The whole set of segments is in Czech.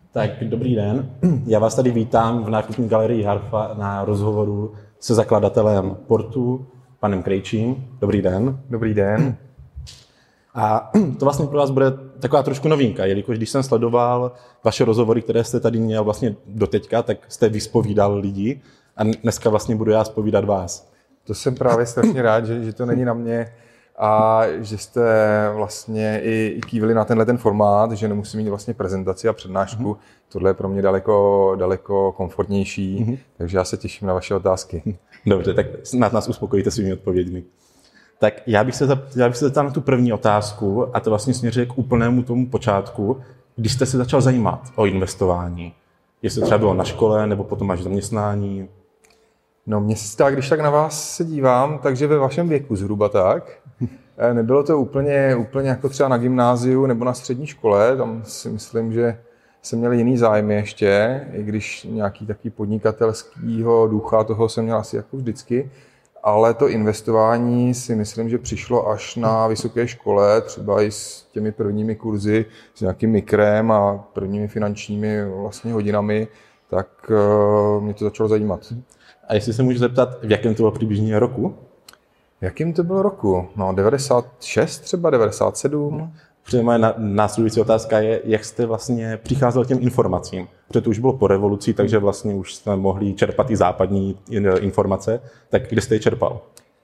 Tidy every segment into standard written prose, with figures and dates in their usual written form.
Tak dobrý den, já vás tady vítám v nákupní galerii Harfa na rozhovoru se zakladatelem Portu, panem Krejčím. Dobrý den. Dobrý den. A to vlastně pro vás bude taková trošku novinka, jelikož když jsem sledoval vaše rozhovory, které jste tady měl vlastně doteďka, tak jste vyspovídal lidi a dneska vlastně budu já zpovídat vás. To jsem právě strašně rád, že to není na mě a že jste vlastně i kývili na tenhle ten formát, že nemusím mít vlastně prezentaci a přednášku. Tohle je pro mě daleko komfortnější, takže já se těším na vaše otázky. Dobře, tak snad nás uspokojíte svými odpověďmi. Tak já bych se zeptal na tu první otázku a to vlastně směřuje k úplnému tomu počátku, když jste se začal zajímat o investování. Jestli třeba bylo na škole nebo potom až zaměstnání. No mně se stá, když tak na vás se dívám, takže ve vašem věku zhruba tak. Nebylo to úplně jako třeba na gymnáziu nebo na střední škole, tam si myslím, že jsem měl jiný zájmy ještě, i když nějaký taky podnikatelskýho ducha toho jsem měl asi jako vždycky. Ale to investování si myslím, že přišlo až na vysoké škole, třeba i s těmi prvními kurzy, s nějakým mikrem a prvními finančními vlastně hodinami, tak mě to začalo zajímat. A jestli se můžu zeptat, v jakém to bylo přibližně roku? Jakým to bylo roku? No 96 třeba, 97. Protože moje následující otázka je, jak jste vlastně přicházel k těm informacím. Protože to už bylo po revoluci, takže vlastně už jsme mohli čerpat i západní informace. Tak kde jste je čerpal?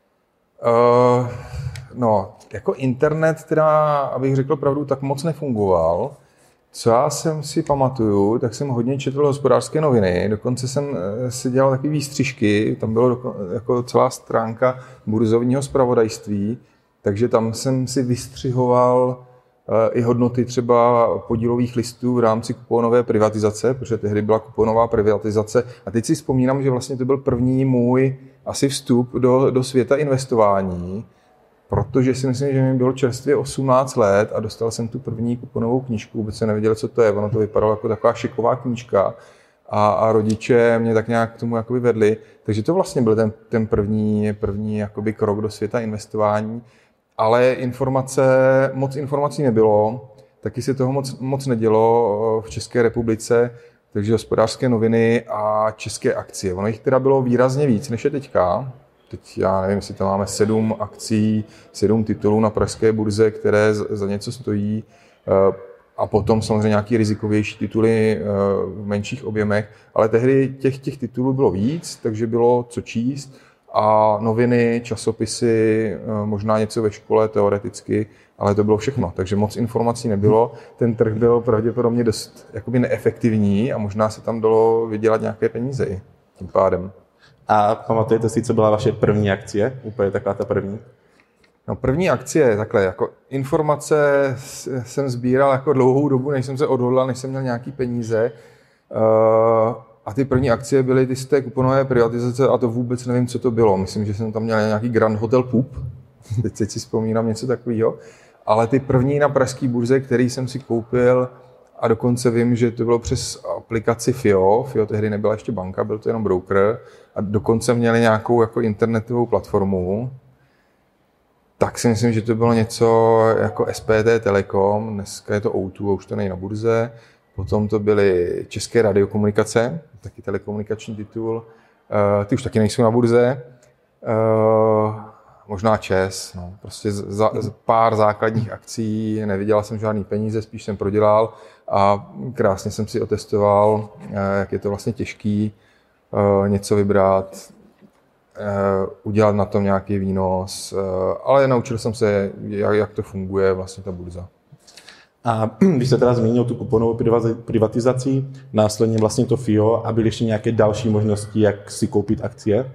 No, jako internet, teda, abych řekl pravdu, tak moc nefungoval. Co já jsem si pamatuju, tak jsem hodně četl Hospodářské noviny, dokonce jsem si dělal taky výstřižky, tam bylo jako celá stránka burzovního zpravodajství, takže tam jsem si vystřihoval i hodnoty třeba podílových listů v rámci kuponové privatizace, protože tehdy byla kuponová privatizace. A teď si vzpomínám, že vlastně to byl první můj asi vstup do světa investování, protože si myslím, že mi bylo čerstvě 18 let a dostal jsem tu první kuponovou knížku, vůbec jsem nevěděl, co to je. Ono to vypadalo jako taková šiková knížka a rodiče mě tak nějak k tomu jakoby vedli. Takže to vlastně byl ten první jakoby krok do světa investování. Ale moc informací nebylo, taky se toho moc nedělo v České republice, takže Hospodářské noviny a české akcie. Ono jich teda bylo výrazně víc, než je teďka. Teď já nevím, jestli tam máme 7 akcí, 7 titulů na pražské burze, které za něco stojí. A potom samozřejmě nějaké rizikovější tituly v menších objemech. Ale tehdy těch titulů bylo víc, takže bylo co číst. A noviny, časopisy, možná něco ve škole teoreticky, ale to bylo všechno. Takže moc informací nebylo. Ten trh byl pravděpodobně dost jakoby neefektivní a možná se tam dalo vydělat nějaké peníze tím pádem. A pamatujete si, co byla vaše první akcie? Úplně taková ta první? No první akcie, takhle, jako informace jsem sbíral jako dlouhou dobu, než jsem se odhodlal, než jsem měl nějaký peníze. A ty první akcie byly ty z té kuponové privatizace a to vůbec nevím, co to bylo. Myslím, že jsem tam měl nějaký Grand Hotel Pup, teď si vzpomínám něco takového. Ale ty první na pražské burze, který jsem si koupil a dokonce vím, že to bylo přes aplikaci FIO. FIO tehdy nebyla ještě banka, byl to jenom broker a dokonce měli nějakou jako internetovou platformu. Tak si myslím, že to bylo něco jako SPT Telekom, dneska je to O2 a už to není na burze. Potom to byly České radiokomunikace, taky telekomunikační titul. Ty už taky nejsou na burze. Možná ČES. No. Prostě za pár základních akcí nevydělal jsem žádný peníze, spíš jsem prodělal a krásně jsem si otestoval, jak je to vlastně těžký něco vybrat, udělat na tom nějaký výnos, ale naučil jsem se, jak to funguje vlastně ta burza. A když jste teda zmínil tu kuponovou privatizaci, následně vlastně to FIO a byly ještě nějaké další možnosti, jak si koupit akcie?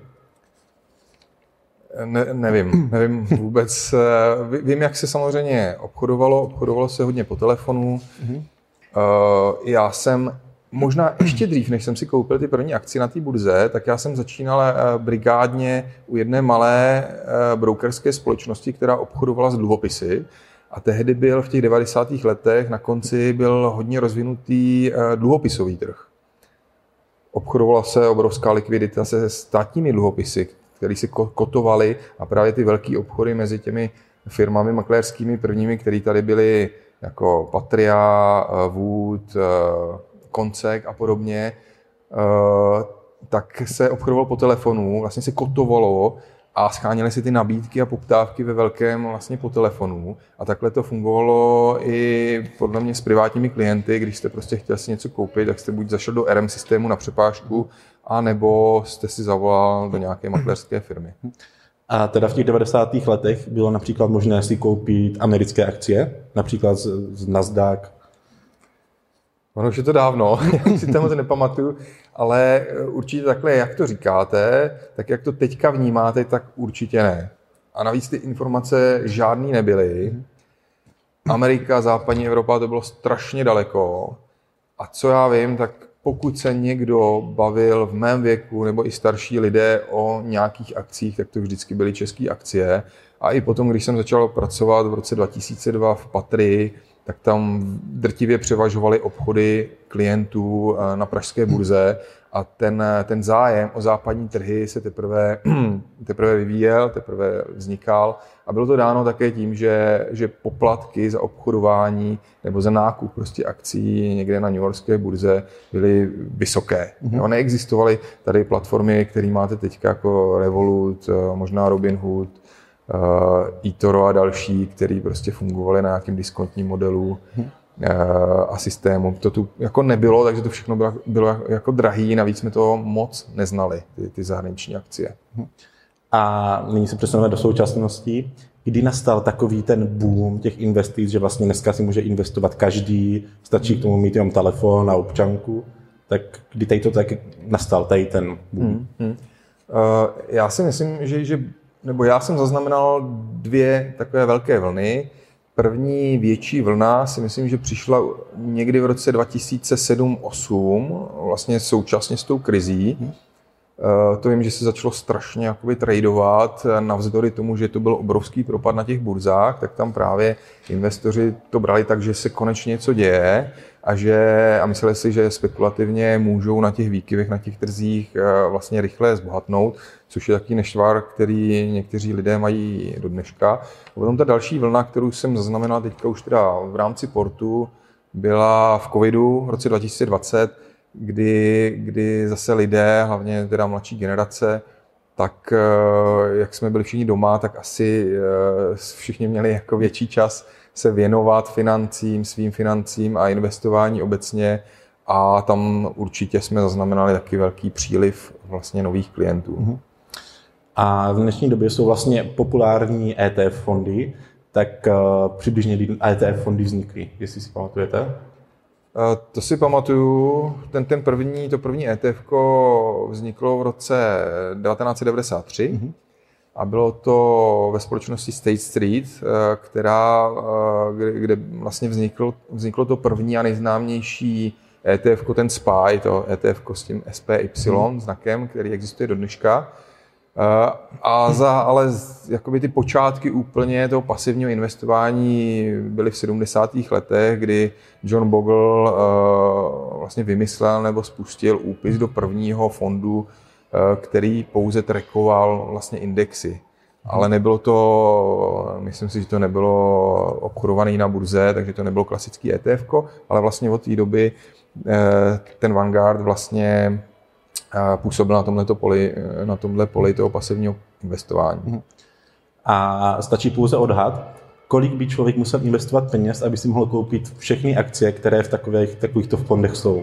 Nevím vůbec. Vím, jak se samozřejmě obchodovalo se hodně po telefonu. Já jsem možná ještě dřív, než jsem si koupil ty první akcie na té burze, tak já jsem začínal brigádně u jedné malé brokerské společnosti, která obchodovala s dluhopisy. A tehdy byl v těch 90. letech na konci byl hodně rozvinutý dluhopisový trh. Obchodovala se obrovská likvidita se státními dluhopisy, které se kotovaly a právě ty velké obchody mezi těmi firmami makléřskými prvními, které tady byly jako Patria, Wood, Koncek a podobně, tak se obchodovalo po telefonu, vlastně se kotovalo a scháněly si ty nabídky a poptávky ve velkém vlastně po telefonu. A takhle to fungovalo i podle mě s privátními klienty, když jste prostě chtěl si něco koupit, tak jste buď zašel do RM systému na přepážku, a nebo jste si zavolal do nějaké makléřské firmy. A teda v těch 90. letech bylo například možné si koupit americké akcie, například z Nasdaq. Ono už je to dávno, já si tam to nepamatuju, ale určitě takhle, jak to říkáte, tak jak to teďka vnímáte, tak určitě ne. A navíc ty informace žádný nebyly. Amerika, západní Evropa, to bylo strašně daleko. A co já vím, tak pokud se někdo bavil v mém věku nebo i starší lidé o nějakých akcích, tak to vždycky byly české akcie. A i potom, když jsem začal pracovat v roce 2002 v Patrii, tak tam drtivě převažovaly obchody klientů na pražské burze a ten zájem o západní trhy se teprve vyvíjel, teprve vznikal a bylo to dáno také tím, že poplatky za obchodování nebo za nákup prostě akcí někde na newyorské burze byly vysoké. Jo, neexistovaly tady platformy, které máte teď jako Revolut, možná Robinhood, eToro a další, které prostě fungovaly na nějakém diskontním modelu a systému. To tu jako nebylo, takže to všechno bylo jako drahý, navíc jsme to moc neznali, ty zahraniční akcie. A nyní se přesuneme do současnosti. Kdy nastal takový ten boom těch investic, že vlastně dneska si může investovat každý, stačí k tomu mít jenom telefon a občanku, tak kdy tady to tak nastal, tady ten boom? Já si myslím, nebo já jsem zaznamenal 2 takové velké vlny. První větší vlna si myslím, že přišla někdy v roce 2007-2008, vlastně současně s tou krizí. To vím, že se začalo strašně jakoby tradovat, navzdory tomu, že to byl obrovský propad na těch burzách, tak tam právě investoři to brali tak, že se konečně něco děje a mysleli si, že spekulativně můžou na těch výkyvech, na těch trzích vlastně rychle zbohatnout, což je takový nešvar, který někteří lidé mají do dneška. A potom ta další vlna, kterou jsem zaznamenal teďka už teda v rámci portu, byla v covidu v roce 2020, kdy zase lidé, hlavně teda mladší generace, tak jak jsme byli všichni doma, tak asi všichni měli jako větší čas se věnovat svým financím a investování obecně a tam určitě jsme zaznamenali taky velký příliv vlastně nových klientů. A v dnešní době jsou vlastně populární ETF fondy, tak přibližně ETF fondy vznikly, jestli si pamatujete? To si pamatuju, to první ETF-ko vzniklo v roce 1993 a bylo to ve společnosti State Street, kde vlastně vzniklo to první a nejznámější ETF-ko, ten SPY, to ETF-ko s tím SPY znakem, který existuje do dneška. Ale jakoby ty počátky úplně toho pasivního investování byly v 70. letech, kdy John Bogle vlastně vymyslel nebo spustil úpis do prvního fondu, který pouze trackoval vlastně indexy. Ale nebylo to, myslím si, že to nebylo obchodované na burze, takže to nebylo klasický ETF-ko, ale vlastně od té doby ten Vanguard vlastně působil na tomhle poli toho pasivního investování. A stačí pouze odhad, kolik by člověk musel investovat peněz, aby si mohl koupit všechny akcie, které v takovýchto fondech jsou?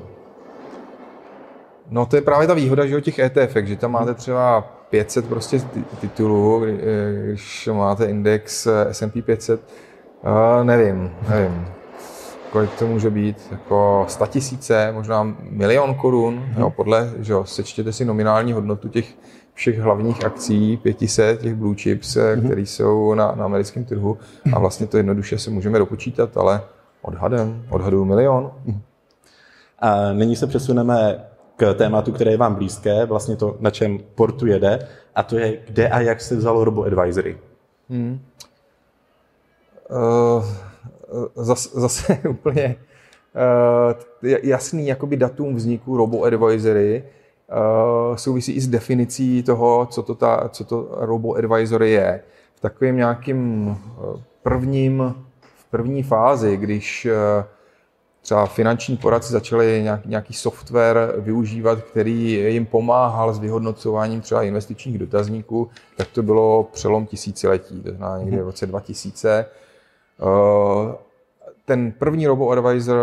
No to je právě ta výhoda, že o těch ETF, že tam máte třeba 500 prostě titulů, když máte index S&P 500, nevím. Kolik to může být, jako 100 000, možná 1 000 000 korun, že sečtěte si nominální hodnotu těch všech hlavních akcí, 500, těch blue chips, které jsou na americkém trhu a vlastně to jednoduše se můžeme dopočítat, ale odhaduju 1 000 000. A nyní se přesuneme k tématu, které je vám blízké, vlastně to, na čem portu jede, a to je, kde a jak se vzalo robo-advisory. Zase úplně jasný jakoby datum vzniku robo-advisory souvisí i s definicí toho, co to robo-advisory je. V takovém nějakým první fázi, když třeba finanční poradci začali nějaký software využívat, který jim pomáhal s vyhodnocováním třeba investičních dotazníků, tak to bylo přelom tisíciletí, to znamená někdy v roce 2000. Ten první robo-advisor,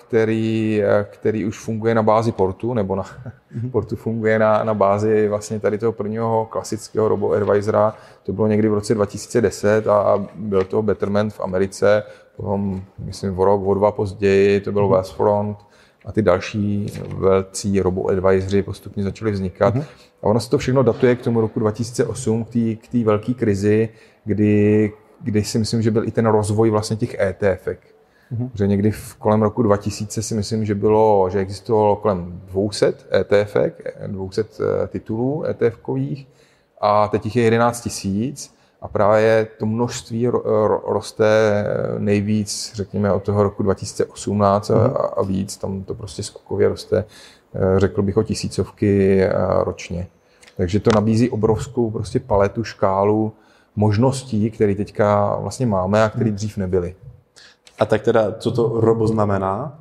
který už funguje na bázi portu, nebo na portu funguje na bázi vlastně tady toho prvního klasického robo-advisora, to bylo někdy v roce 2010 a byl to Betterment v Americe, potom, myslím, o rok, o dva později, to byl Westfront a ty další velcí robo-advisory postupně začaly vznikat. A ono se to všechno datuje k tomu roku 2008, k té velké krizi, kdy si myslím, že byl i ten rozvoj vlastně těch ETF-ek. Že někdy kolem roku 2000 si myslím, že existovalo kolem 200 ETF-ek, 200 titulů ETF-kových a teď jich je 11 000 a právě to množství roste nejvíc, řekněme, od toho roku 2018 a víc, tam to prostě skokově roste, řekl bych o tisícovky ročně. Takže to nabízí obrovskou prostě paletu, škálu možností, které teďka vlastně máme a které dřív nebyly. A tak teda, co to robo znamená?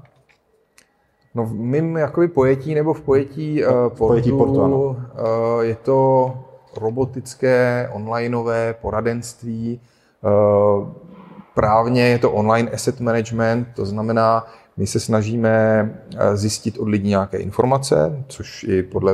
No v mým jakoby pojetí nebo v pojetí portu ano. Je to robotické onlineové poradenství. Právně je to online asset management, to znamená, my se snažíme zjistit od lidí nějaké informace, což i podle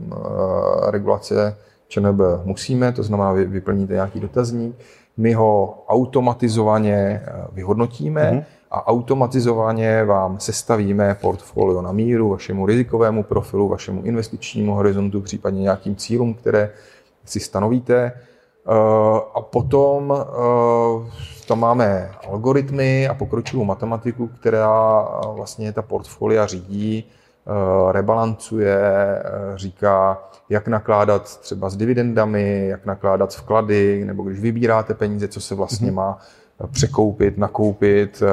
regulace ČNB musíme, to znamená, vyplníte nějaký dotazník, my ho automatizovaně vyhodnotíme a automatizovaně vám sestavíme portfolio na míru vašemu rizikovému profilu, vašemu investičnímu horizontu, případně nějakým cílům, které si stanovíte. A potom tam máme algoritmy a pokročilou matematiku, která vlastně ta portfolia řídí, rebalancuje, říká, jak nakládat třeba s dividendami, jak nakládat s vklady, nebo když vybíráte peníze, co se vlastně má překoupit, nakoupit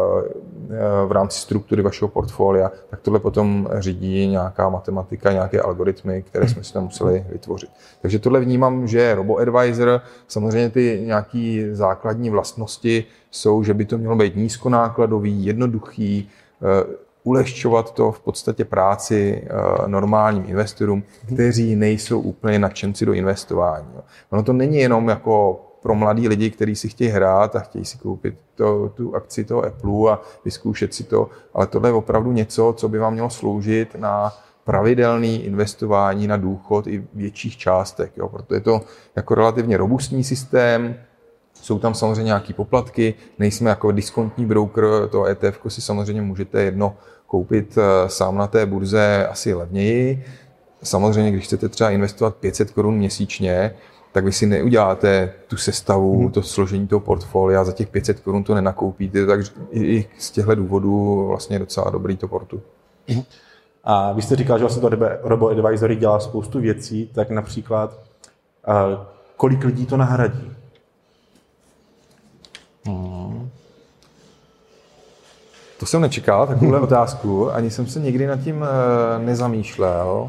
v rámci struktury vašeho portfolia, tak tohle potom řídí nějaká matematika, nějaké algoritmy, které jsme si tam museli vytvořit. Takže tohle vnímám, že je robo-advisor. Samozřejmě ty nějaké základní vlastnosti jsou, že by to mělo být nízkonákladový, jednoduchý, ulehčovat to v podstatě práci normálním investorům, kteří nejsou úplně nadšenci do investování. Ono to není jenom jako pro mladý lidi, kteří si chtějí hrát a chtějí si koupit tu akci toho Apple a vyzkoušet si to, ale tohle je opravdu něco, co by vám mělo sloužit na pravidelné investování na důchod i větších částek. Jo. Proto je to jako relativně robustní systém, jsou tam samozřejmě nějaké poplatky, nejsme jako diskontní broker, to ETF si samozřejmě můžete jedno koupit sám na té burze asi levněji. Samozřejmě, když chcete třeba investovat 500 korun měsíčně, tak vy si neuděláte tu sestavu, to složení toho portfolia, za těch 500 korun to nenakoupíte, takže i z těchto důvodů vlastně je docela dobrý to portu. A vy jste říkal, že vlastně to robo-advisory dělá spoustu věcí, tak například kolik lidí to nahradí? To jsem nečekal, takovouhle otázku, ani jsem se nikdy nad tím nezamýšlel.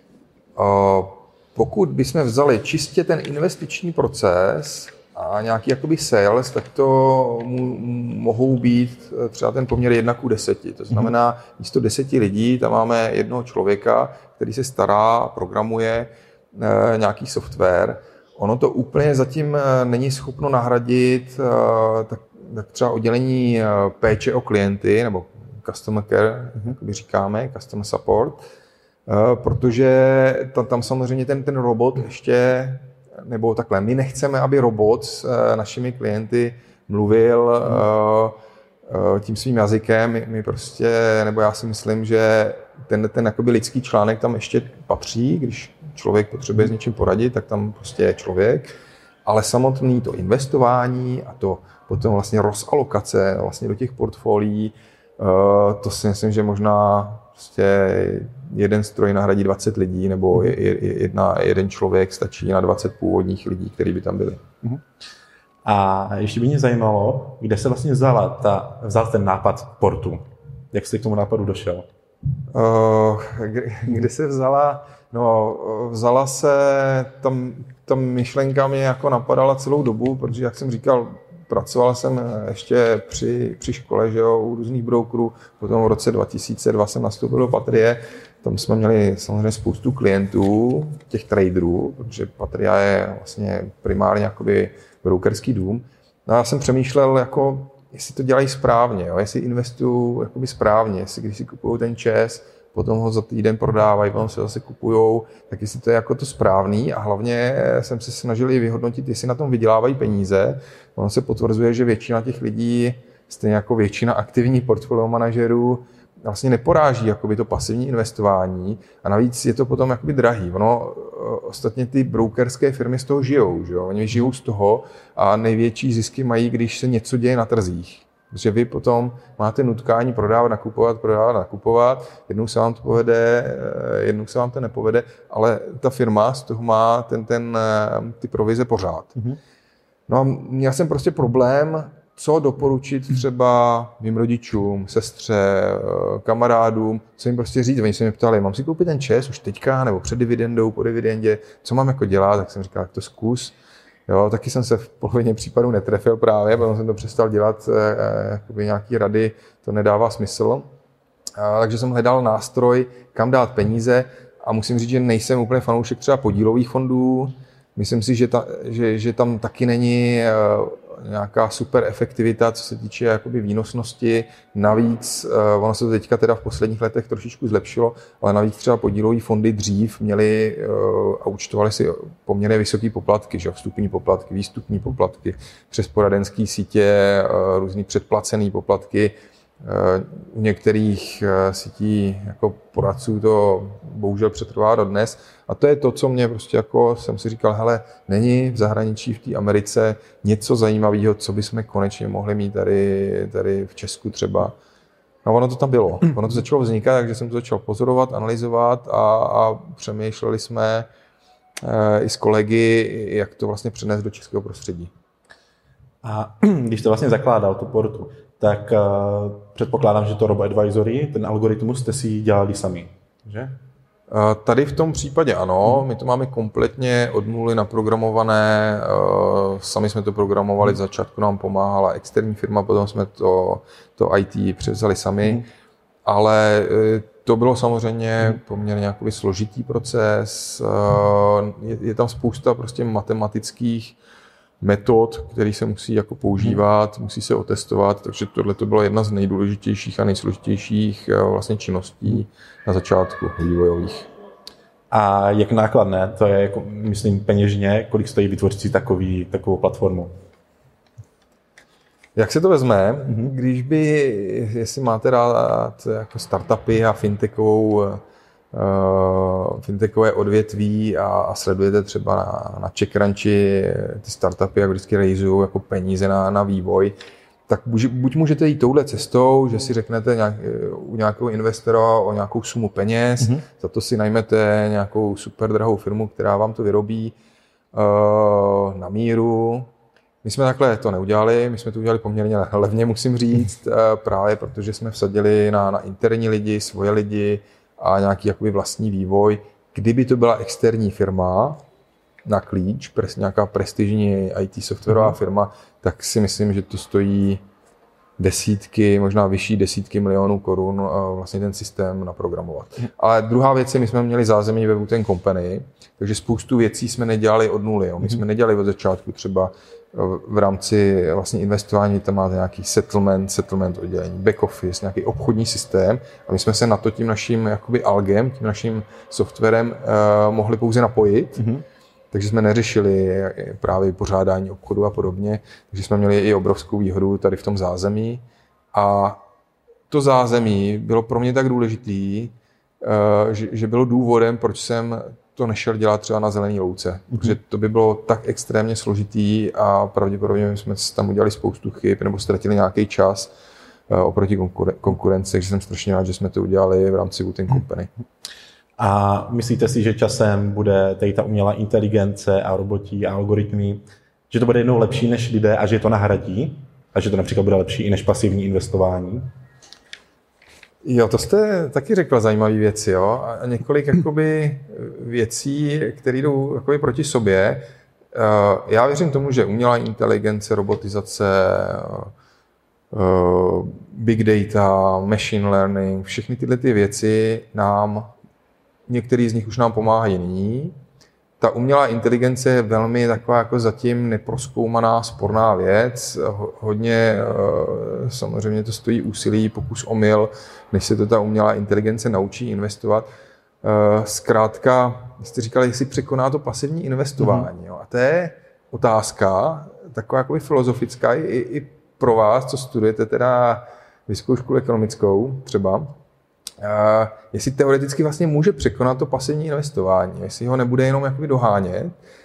Pokud bychom vzali čistě ten investiční proces a nějaký jakoby sales, tak to mohou být třeba ten poměr 1:10. To znamená, místo 10 lidí tam máme jednoho člověka, který se stará, programuje nějaký software. Ono to úplně zatím není schopno nahradit tak třeba oddělení péče o klienty, nebo customer care, jak by říkáme, customer support, protože tam samozřejmě ten robot ještě, nebo takhle, my nechceme, aby robot s našimi klienty mluvil tím svým jazykem, my prostě, nebo já si myslím, že ten jakoby lidský článek tam ještě patří, když člověk potřebuje s něčím poradit, tak tam prostě je člověk, ale samotný to investování a to potom vlastně rozalokace vlastně do těch portfolií, to si myslím, že možná prostě jeden stroj nahradí 20 lidí, nebo jeden člověk stačí na 20 původních lidí, kteří by tam byli. A ještě by mě zajímalo, kde se vlastně vzal ten nápad portu. Jak jste k tomu nápadu došel? Kde se vzala? No, vzala se, ta myšlenka mě jako napadala celou dobu, protože, jak jsem říkal, pracoval jsem ještě při škole, že jo, u různých brokerů, potom v roce 2002 jsem nastoupil do Patrie, tam jsme měli samozřejmě spoustu klientů, těch traderů, protože Patria je vlastně primárně jakoby brokerský dům. No a já jsem přemýšlel, jako, jestli to dělají správně, jo, jestli investují jakoby správně, jestli když si kupují ten ČEZ, potom ho za týden prodávají, potom se zase kupujou, tak jestli to je jako to správný a hlavně jsem se snažil i vyhodnotit, jestli na tom vydělávají peníze. Ono se potvrzuje, že většina těch lidí, stejně jako většina aktivních portfolio manažerů, vlastně neporáží jakoby to pasivní investování a navíc je to potom jakoby drahý. Ono, ostatně ty brokerské firmy z toho žijou, že jo? Oni žijou z toho a největší zisky mají, když se něco děje na trzích. Protože vy potom máte nutkání prodávat, nakupovat, jednou se vám to povede, jednou se vám to nepovede, ale ta firma z toho má ty provize pořád. No a měl jsem prostě problém, co doporučit třeba mým rodičům, sestře, kamarádům, co jim prostě říct. Oni se mě ptali, mám si koupit ten ČEZ už teďka, nebo před dividendou, po dividendě, co mám jako dělat, tak jsem říkal, tak to zkus. Jo, taky jsem se v polovině případů netrefil právě, potom jsem to přestal dělat, jakoby nějaký rady, to nedává smysl. Takže jsem hledal nástroj, kam dát peníze a musím říct, že nejsem úplně fanoušek třeba podílových fondů. Myslím si, že tam taky není nějaká super efektivita, co se týče jakoby výnosnosti. Navíc, ono se to teďka teda v posledních letech trošičku zlepšilo, ale navíc třeba podílové fondy dřív měly a účtovali si poměrně vysoké poplatky, že? Vstupní poplatky, výstupní poplatky, přes poradenské sítě, různý předplacené poplatky. U některých sítí jako poradců to bohužel přetrvá dodnes. A to je to, co mě prostě jako jsem si říkal, hele, není v zahraničí, v té Americe něco zajímavého, co bychom konečně mohli mít tady v Česku třeba. No ono to tam bylo. Ono to začalo vznikat, takže jsem to začal pozorovat, analyzovat a přemýšleli jsme i s kolegy, jak to vlastně přenést do českého prostředí. A když to vlastně zakládal, tu portu, tak předpokládám, že to RoboAdvisory, ten algoritmus jste si dělali sami, že? Tady v tom případě ano, my to máme kompletně od nuly naprogramované, sami jsme to programovali, v začátku nám pomáhala externí firma, potom jsme to IT převzali sami, ale to bylo samozřejmě poměrně nějaký složitý proces, je tam spousta prostě matematických metod, které se musí jako používat, musí se otestovat, takže tohle to byla jedna z nejdůležitějších a nejsložitějších vlastně činností na začátku vývojových. A jak nákladné to je, jako, myslím, peněžně, kolik stojí vytvořit si takovou platformu? Jak se to vezme, jestli máte rád jako startupy a fintechové odvětví a sledujete třeba na CheckRunchi ty startupy, jak vždycky raizují jako peníze na vývoj, tak buď můžete jít touhle cestou, že si řeknete u nějakého investora o nějakou sumu peněz, za to si najmete nějakou super drahou firmu, která vám to vyrobí na míru. My jsme takhle to neudělali, my jsme to udělali poměrně levně, musím říct, právě protože jsme vsadili na interní lidi, svoje lidi a nějaký jakoby vlastní vývoj. Kdyby to byla externí firma na klíč, nějaká prestižní IT softwarová firma, tak si myslím, že to stojí desítky, možná vyšší desítky milionů korun vlastně ten systém naprogramovat. Ale druhá věc je, my jsme měli zázemí ve Wooten Company, takže spoustu věcí jsme nedělali od nuly. My jsme nedělali od začátku třeba v rámci vlastně investování, tam máte nějaký settlement oddělení, back office, nějaký obchodní systém a my jsme se na to tím naším jakoby algem, tím naším softwarem mohli pouze napojit. Takže jsme neřešili právě pořádání obchodu a podobně, takže jsme měli i obrovskou výhodu tady v tom zázemí a to zázemí bylo pro mě tak důležitý, že bylo důvodem, proč jsem to nešel dělat třeba na zelený louce, protože to by bylo tak extrémně složitý a pravděpodobně jsme tam udělali spoustu chyb nebo ztratili nějaký čas oproti konkurenci, takže jsem strašně rád, že jsme to udělali v rámci Wooten Company. A myslíte si, že časem bude tady ta umělá inteligence a roboti a algoritmy, že to bude jednou lepší než lidé a že to nahradí? A že to například bude lepší i než pasivní investování? Jo, to jste taky řekla zajímavé věci, jo? A několik jakoby věcí, které jdou jakoby proti sobě. Já věřím tomu, že umělá inteligence, robotizace, big data, machine learning, všechny tyhle ty věci některý z nich už nám pomáhají nyní. Ta umělá inteligence je velmi taková jako zatím neprozkoumaná, sporná věc. Hodně samozřejmě to stojí úsilí, pokus omyl, než se to ta umělá inteligence naučí investovat. Zkrátka, jste říkali, jestli překoná to pasivní investování. Jo. A to je otázka, taková jako filozofická i pro vás, co studujete teda Vysokou školu ekonomickou třeba, jestli teoreticky vlastně může překonat to pasivní investování, jestli ho nebude jenom jakoby dohánět.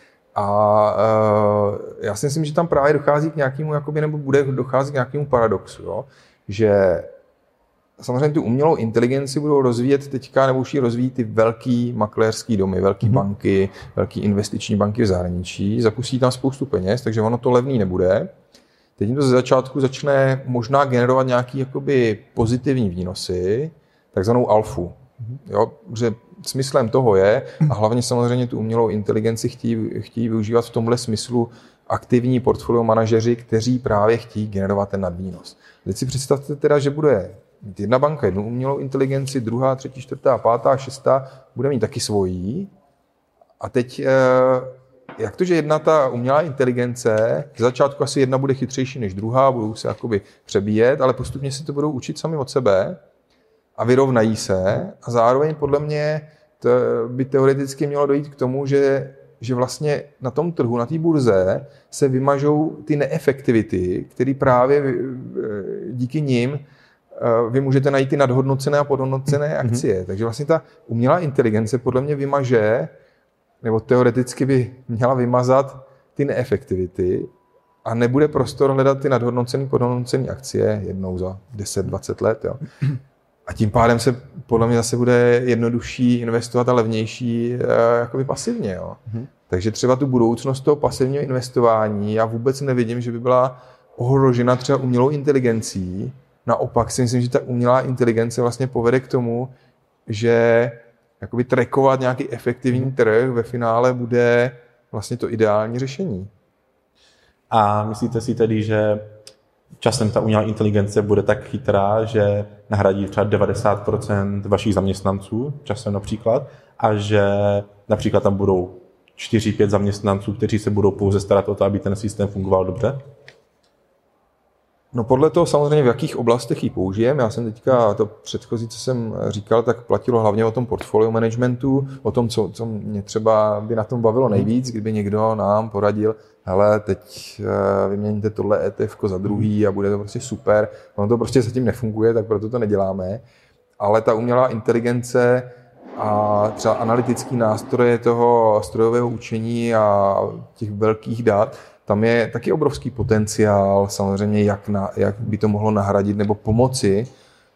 A já si myslím, že tam právě dochází k nějakému, nebo bude docházet k nějakému paradoxu, jo? Že samozřejmě tu umělou inteligenci budou rozvíjet teďka, nebo už ji rozvíjí ty velký makléřský domy, velké banky, velké investiční banky v zahraničí, zapustí tam spoustu peněz, takže ono to levný nebude. Teď jim to ze začátku začne možná generovat nějaký jakoby pozitivní výnosy, takzvanou alfu. Jo, že smyslem toho je, a hlavně samozřejmě tu umělou inteligenci chtějí využívat v tomhle smyslu aktivní portfolio manažeři, kteří právě chtějí generovat ten nadvýnos. Teď si představte teda, že bude mít jedna banka jednu umělou inteligenci, druhá, třetí, čtvrtá, pátá, šestá, bude mít taky svojí. A teď, jak to, že jedna ta umělá inteligence, z začátku asi jedna bude chytřejší než druhá, budou se jakoby přebíjet, ale postupně si to budou učit sami od sebe a vyrovnají se. A zároveň podle mě to by teoreticky mělo dojít k tomu, že vlastně na tom trhu, na té burze se vymažou ty neefektivity, které právě díky nim vy můžete najít ty nadhodnocené a podhodnocené akcie. Takže vlastně ta umělá inteligence podle mě vymaže, nebo teoreticky by měla vymazat ty neefektivity a nebude prostor hledat ty nadhodnocené, podhodnocené akcie jednou za 10-20 let. Jo. A tím pádem se podle mě zase bude jednodušší investovat a levnější jakoby pasivně. Jo. Takže třeba tu budoucnost toho pasivního investování já vůbec nevidím, že by byla ohrožena třeba umělou inteligencí. Naopak si myslím, že ta umělá inteligence vlastně povede k tomu, že jakoby trackovat nějaký efektivní trh ve finále bude vlastně to ideální řešení. A myslíte si tedy, že časem ta umělá inteligence bude tak chytrá, že nahradí třeba 90% vašich zaměstnanců, časem například, a že například tam budou 4-5 zaměstnanců, kteří se budou pouze starat o to, aby ten systém fungoval dobře? No podle toho samozřejmě, v jakých oblastech ji použijeme. Já jsem teďka to předchozí, co jsem říkal, tak platilo hlavně o tom portfolio managementu, o tom, co mě třeba by na tom bavilo nejvíc, kdyby někdo nám poradil, hele, teď vyměníte tohle ETF za druhý a bude to prostě super. Ono to prostě zatím nefunguje, tak proto to neděláme. Ale ta umělá inteligence a třeba analytický nástroje toho strojového učení a těch velkých dat, tam je taky obrovský potenciál, samozřejmě, jak by to mohlo nahradit nebo pomoci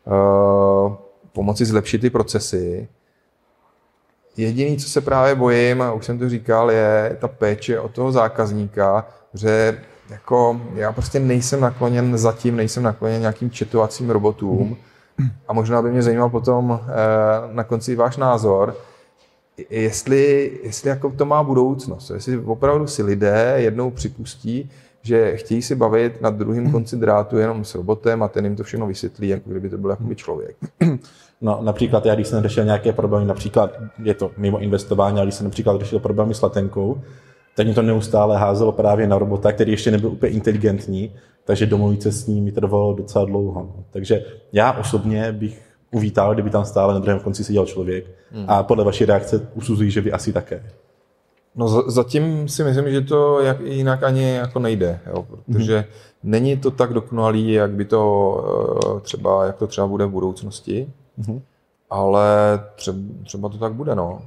zlepšit ty procesy. Jediné, co se právě bojím, a už jsem to říkal, je ta péče od toho zákazníka, že jako já prostě nejsem nakloněn nějakým chatovacím robotům a možná by mě zajímal potom na konci váš názor, jestli jako to má budoucnost, jestli opravdu si lidé jednou připustí, že chtějí si bavit na druhém konci drátu jenom s robotem a ten jim to všechno vysvětlí, jako kdyby to byl jakoby člověk. No, například já, když jsem řešil nějaké problémy, například je to mimo investování, ale když jsem například řešil problémy s letenkou, tak mě to neustále házelo právě na robota, který ještě nebyl úplně inteligentní, takže domluvit se s ním mi trvalo docela dlouho. No. Takže já osobně bych uvítal, kdyby tam stále na druhém konci seděl člověk. A podle vaší reakce usuzují, že vy asi také. No zatím si myslím, že to jinak ani jako nejde, jo, protože není to tak dokonalý, jak to třeba bude v budoucnosti, ale třeba to tak bude, no.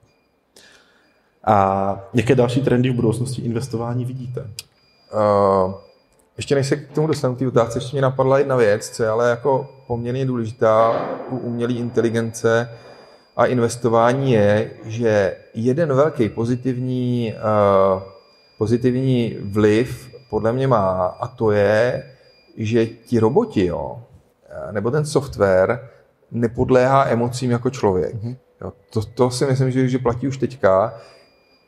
A jaké další trendy v budoucnosti investování vidíte? Ještě než se k tomu dostanu, k té otázce, ještě mě napadla jedna věc, co je ale jako poměrně důležitá u umělé inteligence a investování je, že jeden velký pozitivní vliv podle mě má, a to je, že ti roboti, jo, nebo ten software nepodléhá emocím jako člověk. Jo, to si myslím, že platí už teďka.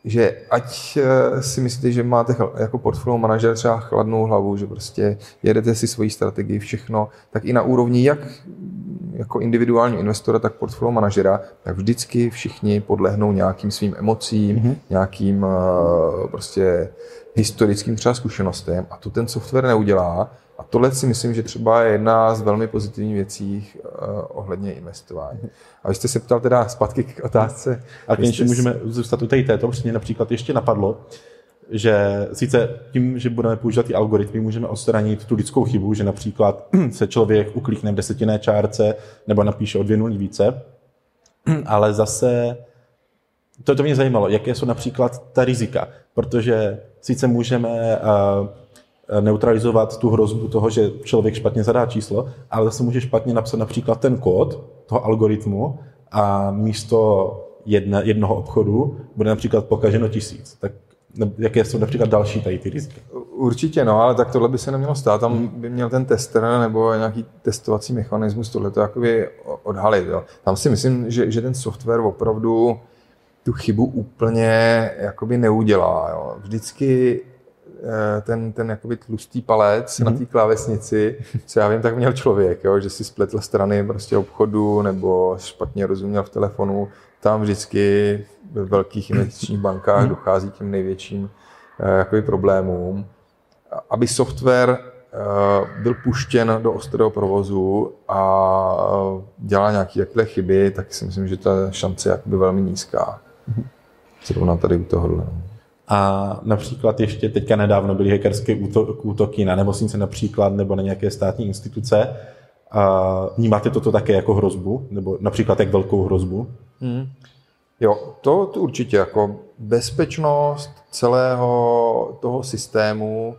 že ať si myslíte, že máte jako portfolio manažer třeba chladnou hlavu, že prostě jedete si svoji strategii, všechno, tak i na úrovni jak jako individuálního investora, tak portfolio manažera, tak vždycky všichni podlehnou nějakým svým emocím, nějakým prostě historickým třeba zkušenostem a to ten software neudělá. A tohle si myslím, že třeba je jedna z velmi pozitivních věcí ohledně investování. A vy jste se ptal teda zpátky k otázce. A když můžeme zůstat u této, protože mě například ještě napadlo, že sice tím, že budeme používat ty algoritmy, můžeme odstranit tu lidskou chybu, že například se člověk uklikne v desetinné čárce nebo napíše o 2 nuly více, ale zase to mě zajímalo, jaké jsou například ta rizika, protože sice můžeme neutralizovat tu hrozbu toho, že člověk špatně zadá číslo, ale zase může špatně napsat například ten kód toho algoritmu a místo jednoho obchodu bude například pokaženo 1000. Tak jaké jsou například další tady ty rizika? Určitě, no, ale tak tohle by se nemělo stát. Tam by měl ten tester nebo nějaký testovací mechanismus tohleto jakoby odhalit. Jo. Tam si myslím, že ten software opravdu tu chybu úplně jakoby neudělá. Jo. Vždycky ten jakoby tlustý palec na té klávesnici, co já vím, tak měl člověk, jo, že si spletl strany prostě obchodu nebo špatně rozuměl v telefonu. Tam vždycky ve velkých investičních bankách dochází k těm největším jakoby problémům. Aby software byl puštěn do ostrého provozu a dělal nějaké takové chyby, tak si myslím, že ta šance je jakoby velmi nízká. Zrovna tady u tohohle. A například ještě teďka nedávno byly hackerské útoky na nemocnice například nebo na nějaké státní instituce. A vnímáte toto také jako hrozbu? Nebo například jak velkou hrozbu? Jo, to určitě. Jako bezpečnost celého toho systému,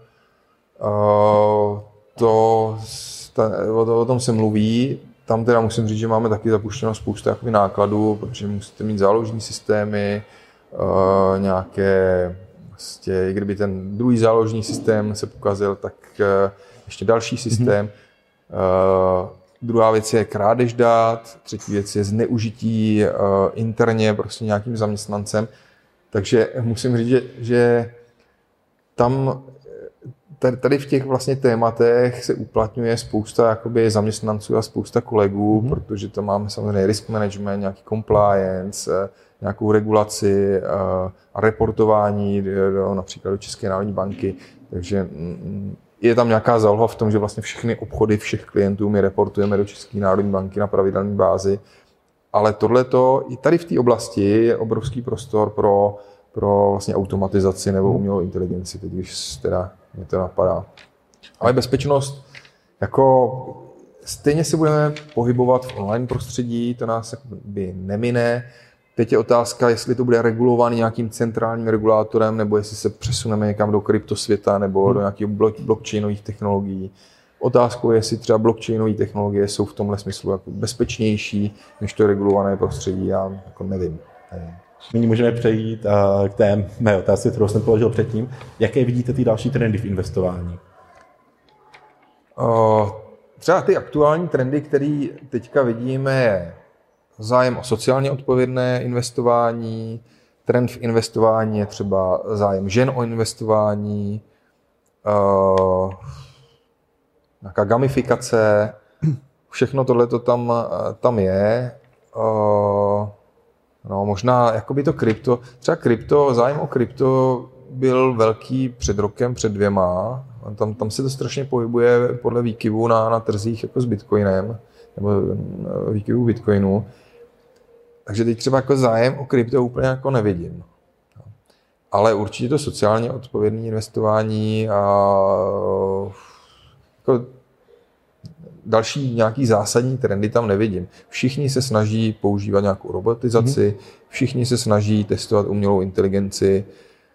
o tom se mluví. Tam teda musím říct, že máme taky zapuštěno spoustu nákladů, protože musíte mít záložní systémy, nějaké, vlastně, kdyby ten druhý záložní systém se pokazil, tak ještě další systém. Druhá věc je krádež dat, třetí věc je zneužití interně prostě nějakým zaměstnancem. Takže musím říct, že tam tady v těch vlastně tématech se uplatňuje spousta jakoby zaměstnanců a spousta kolegů, protože to máme samozřejmě risk management, nějaký compliance, nějakou regulaci a reportování například do České národní banky. Takže je tam nějaká záloha v tom, že vlastně všechny obchody všech klientů my reportujeme do České národní banky na pravidelné bázi. Ale tohleto, i tady v té oblasti je obrovský prostor pro vlastně automatizaci nebo umělou inteligenci, teď když teda mě to napadá. Ale bezpečnost, jako stejně se budeme pohybovat v online prostředí, to nás by nemine. Teď je otázka, jestli to bude regulovaný nějakým centrálním regulátorem, nebo jestli se přesuneme někam do kryptosvěta nebo do nějakých blockchainových technologií. Otázkou je, jestli třeba blockchainové technologie jsou v tomhle smyslu jako bezpečnější než to regulované prostředí. Já jako nevím. Nyní můžeme přejít k té mé otázce, kterou jsem položil předtím. Jaké vidíte ty další trendy v investování? Třeba ty aktuální trendy, které teďka vidíme, je zájem o sociálně odpovědné investování, trend v investování je třeba zájem žen o investování, nějaká gamifikace, všechno tohleto tam je. No, možná jakoby to krypto, třeba zájem o krypto byl velký před rokem, před 2. Tam se to strašně pohybuje podle výkyvů na trzích jako s Bitcoinem, nebo výkyvů Bitcoinu. Takže teď třeba jako zájem o krypto úplně jako nevidím. Ale určitě to sociálně odpovědné investování a jako další nějaký zásadní trendy tam nevidím. Všichni se snaží používat nějakou robotizaci, všichni se snaží testovat umělou inteligenci,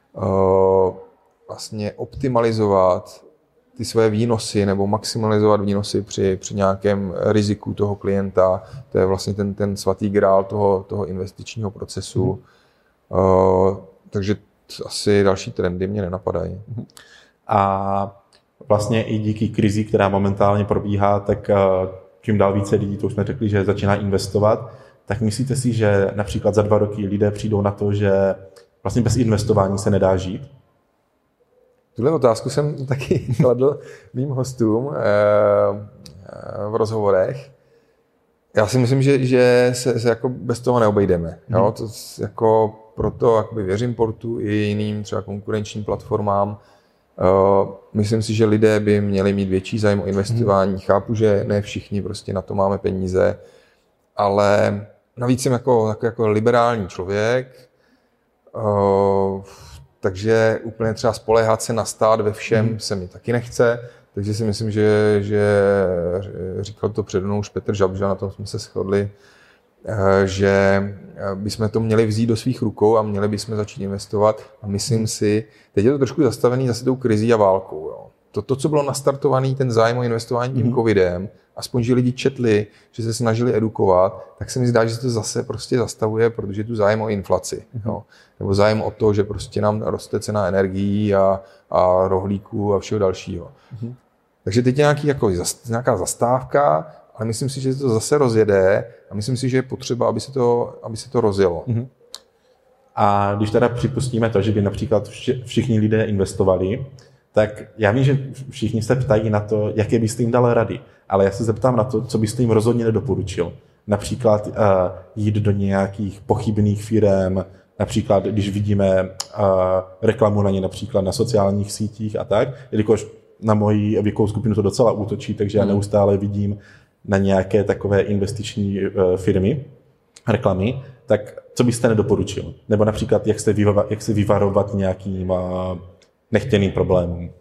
vlastně optimalizovat ty své výnosy nebo maximalizovat výnosy při nějakém riziku toho klienta. To je vlastně ten svatý grál toho investičního procesu. Takže asi další trendy mě nenapadají. A vlastně i díky krizi, která momentálně probíhá, tak čím dál více lidí, to už jsme řekli, že začíná investovat, tak myslíte si, že například za 2 roky lidé přijdou na to, že vlastně bez investování se nedá žít? Tuhle otázku jsem taky kladl mým hostům v rozhovorech. Já si myslím, že se jako bez toho neobejdeme. Jo? To jako proto jakoby věřím Portu i jiným třeba konkurenčním platformám. Myslím si, že lidé by měli mít větší zájem o investování. Chápu, že ne všichni prostě na to máme peníze, ale navíc jsem jako liberální člověk, takže úplně třeba spoléhat se na stát ve všem se mi taky nechce. Takže si myslím, že říkal to přede mnou už Petr Žabža, na tom jsme se shodli, že bychom to měli vzít do svých rukou a měli bychom začít investovat. A myslím si, teď je to trošku zastavený zase tou krizí a válkou. Jo. To, co bylo nastartovaný, ten zájem o investování tím covidem, aspoň, že lidi četli, že se snažili edukovat, tak se mi zdá, že se to zase prostě zastavuje, protože je tu zájem o inflaci. Jo. Nebo zájem o to, že prostě nám roste cena energií a rohlíků a všeho dalšího. Takže teď je nějaká zastávka, ale myslím si, že se to zase rozjede a myslím si, že je potřeba, aby se to rozjelo. A když teda připustíme to, že by například všichni lidé investovali, tak já vím, že všichni se ptají na to, jaké byste jim dal rady, ale já se zeptám na to, co byste jim rozhodně nedoporučil. Například jít do nějakých pochybných firem, například když vidíme reklamu na ně například na sociálních sítích a tak, jelikož na moji věkovou skupinu to docela útočí, takže já neustále vidím na nějaké takové investiční firmy, reklamy, tak co byste nedoporučil? Nebo například, jak se vyvarovat nějakým nechtěným problémům?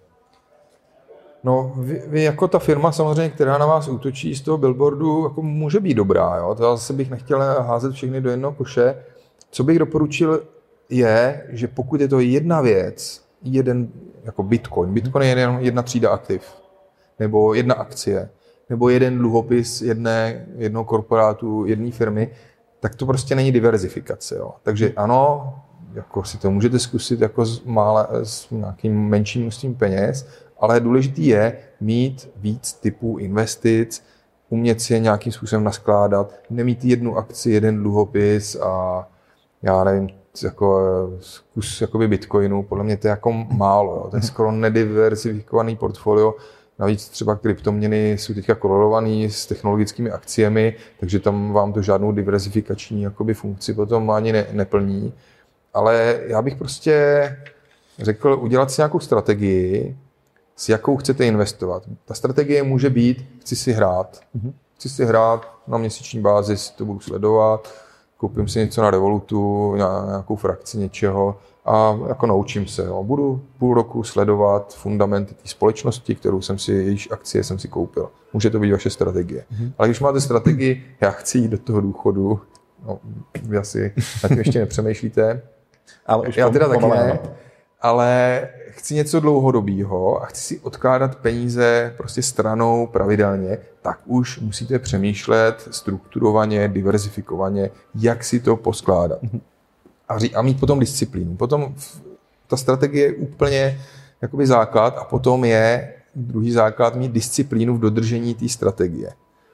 No, vy jako ta firma samozřejmě, která na vás útočí z toho billboardu, jako může být dobrá. Jo? To zase bych nechtěl házet všechny do jednoho koše. Co bych doporučil je, že pokud je to jedna věc, jako Bitcoin je jedna třída aktiv, nebo jedna akcie, nebo jeden dluhopis jednoho korporátu, jedné firmy, tak to prostě není diverzifikace. Jo. Takže ano, jako si to můžete zkusit jako s nějakým menším množstvím peněz, ale důležitý je mít víc typů investic, umět si je nějakým způsobem naskládat, nemít jednu akci, jeden dluhopis a já nevím, jako kus jakoby Bitcoinu, podle mě to je jako málo. Jo. To je skoro nediversifikovaný portfolio. Navíc třeba kryptoměny jsou teďka korelovaný s technologickými akciemi, takže tam vám to žádnou diversifikační jakoby funkci potom ani neplní. Ale já bych prostě řekl, udělat si nějakou strategii, s jakou chcete investovat. Ta strategie může být, chci si hrát na měsíční bázi, si to budu sledovat, koupím si něco na Revolutu, nějakou frakci něčeho a jako naučím se. Jo. Budu půl roku sledovat fundamenty té společnosti, jejíž akcie jsem si koupil. Může to být vaše strategie. Ale když máte strategii, já chci jít do toho důchodu, no, vy asi na tím ještě nepřemýšlíte, ale už já teda taky ne, ale chci něco dlouhodobého a chci si odkládat peníze prostě stranou pravidelně, tak už musíte přemýšlet strukturovaně, diverzifikovaně, jak si to poskládat. A mít potom disciplínu. Potom ta strategie je úplně jakoby základ a potom je druhý základ mít disciplínu v dodržení té strategie.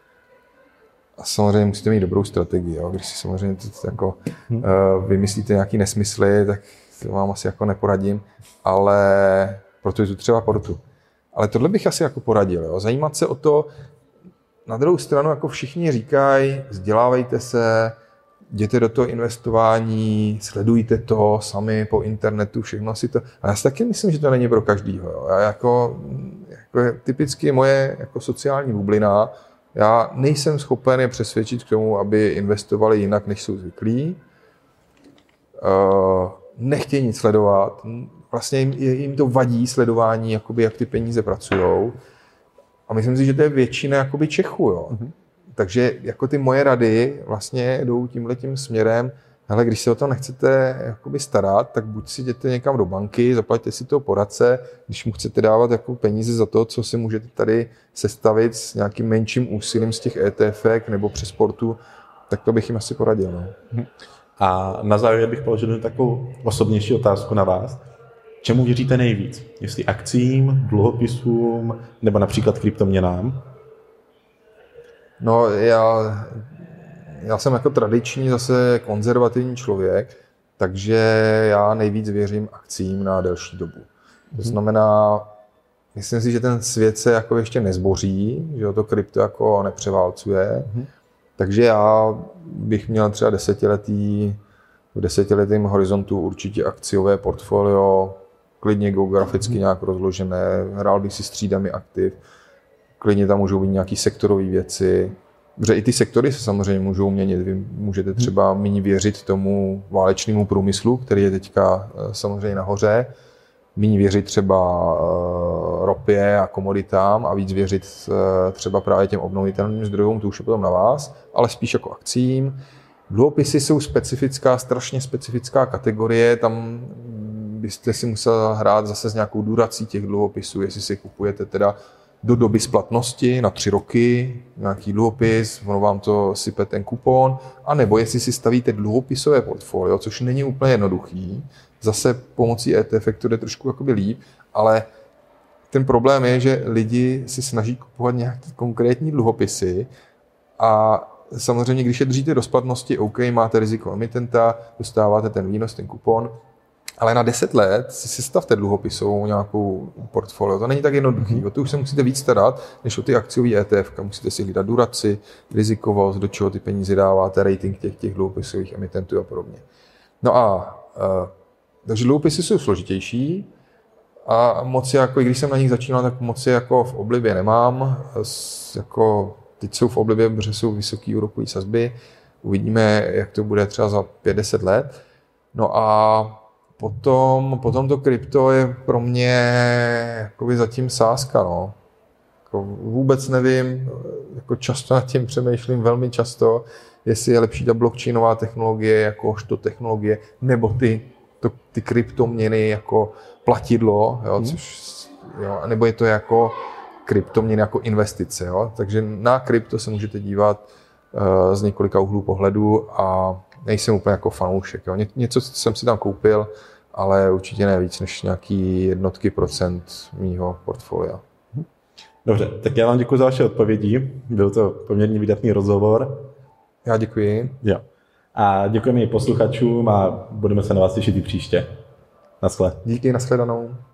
A samozřejmě musíte mít dobrou strategii. Jo? Když si samozřejmě jako, vymyslíte nějaký nesmysly, tak to vám asi jako neporadím, ale proto je to třeba Portu. Ale tohle bych asi jako poradil. Jo? Zajímat se o to, na druhou stranu jako všichni říkají, vzdělávejte se, jděte do toho investování, sledujte to sami po internetu, všechno si to. A já si taky myslím, že to není pro každýho. Jo? Já jako typicky moje jako sociální bublina, já nejsem schopen je přesvědčit k tomu, aby investovali jinak, než jsou zvyklí. Nechtějí nic sledovat. Vlastně jim to vadí sledování, jakoby, jak ty peníze pracujou. A myslím si, že to je většina jakoby Čechů. Jo? Takže jako ty moje rady vlastně jdou tímhletím směrem. Hele, když se o to nechcete jakoby starat, tak buď si jděte někam do banky, zaplaťte si toho poradce, když mu chcete dávat jako peníze za to, co si můžete tady sestavit s nějakým menším úsilím z těch ETFek nebo přes Portu, tak to bych jim asi poradil. No. A na závěr bych položil takovou osobnější otázku na vás. Čemu věříte nejvíc? Jestli akciím, dluhopisům nebo například kryptoměnám? No já jsem jako tradiční zase konzervativní člověk Takže já nejvíc věřím akciím na delší dobu. To znamená, myslím si, že ten svět se jako ještě nezboří, že to krypto jako nepřeválcuje. Takže já bych měl třeba v desetiletém horizontu určitě akciové portfolio, klidně geograficky nějak rozložené, hrál bych si střídami aktiv, klidně tam můžou být nějaké sektorové věci, protože i ty sektory se samozřejmě můžou měnit. Vy můžete třeba méně věřit tomu válečnému průmyslu, který je teďka samozřejmě nahoře, méně věřit třeba ropě a komoditám a víc věřit třeba právě těm obnovitelným zdrojům, to už je potom na vás, ale spíš jako akciím. Dluhopisy jsou strašně specifická kategorie, tam byste si musel hrát zase s nějakou durací těch dluhopisů, jestli si kupujete teda do doby splatnosti na 3 roky nějaký dluhopis, ono vám to sype ten kupon, anebo jestli si stavíte dluhopisové portfolio, což není úplně jednoduchý, zase pomocí ETF to jde trošku jakoby líp, ale ten problém je, že lidi si snaží kupovat nějaké konkrétní dluhopisy a samozřejmě, když je držíte do splatnosti, OK, máte riziko emitenta, dostáváte ten výnos, ten kupon, ale na 10 let si sestavte dluhopisovou nějakou portfolio. To není tak jednoduchý. O to už se musíte víc starat, než o ty akciové ETF. Musíte si hlídat duraci, rizikovost, do čeho ty peníze dáváte, rating těch dluhopisových emitentů a podobně. No a takže dluhopisy jsou složitější a moc jako, i když jsem na nich začínal, tak moc jako v oblibě nemám. Jako, teď jsou v oblibě, protože jsou vysoké úrokové sazby. Uvidíme, jak to bude třeba za 5-10 let. No a potom to krypto je pro mě jakoby zatím sázka, no. Jako vůbec nevím, jako často nad tím přemýšlím, velmi často, jestli je lepší ta blockchainová technologie jakožto technologie, nebo ty kryptoměny jako platidlo, jo, nebo je to jako kryptoměny jako investice. Jo. Takže na krypto se můžete dívat z několika úhlů pohledu a nejsem úplně jako fanoušek. Jo. Něco jsem si tam koupil, ale určitě ne víc než nějaký jednotky procent mýho portfolia. Dobře, tak já vám děkuji za vaše odpovědi. Byl to poměrně výdatný rozhovor. Já děkuji. Jo. A děkujeme i posluchačům a budeme se na vás těšit i příště. Naschle. Díky, nashledanou.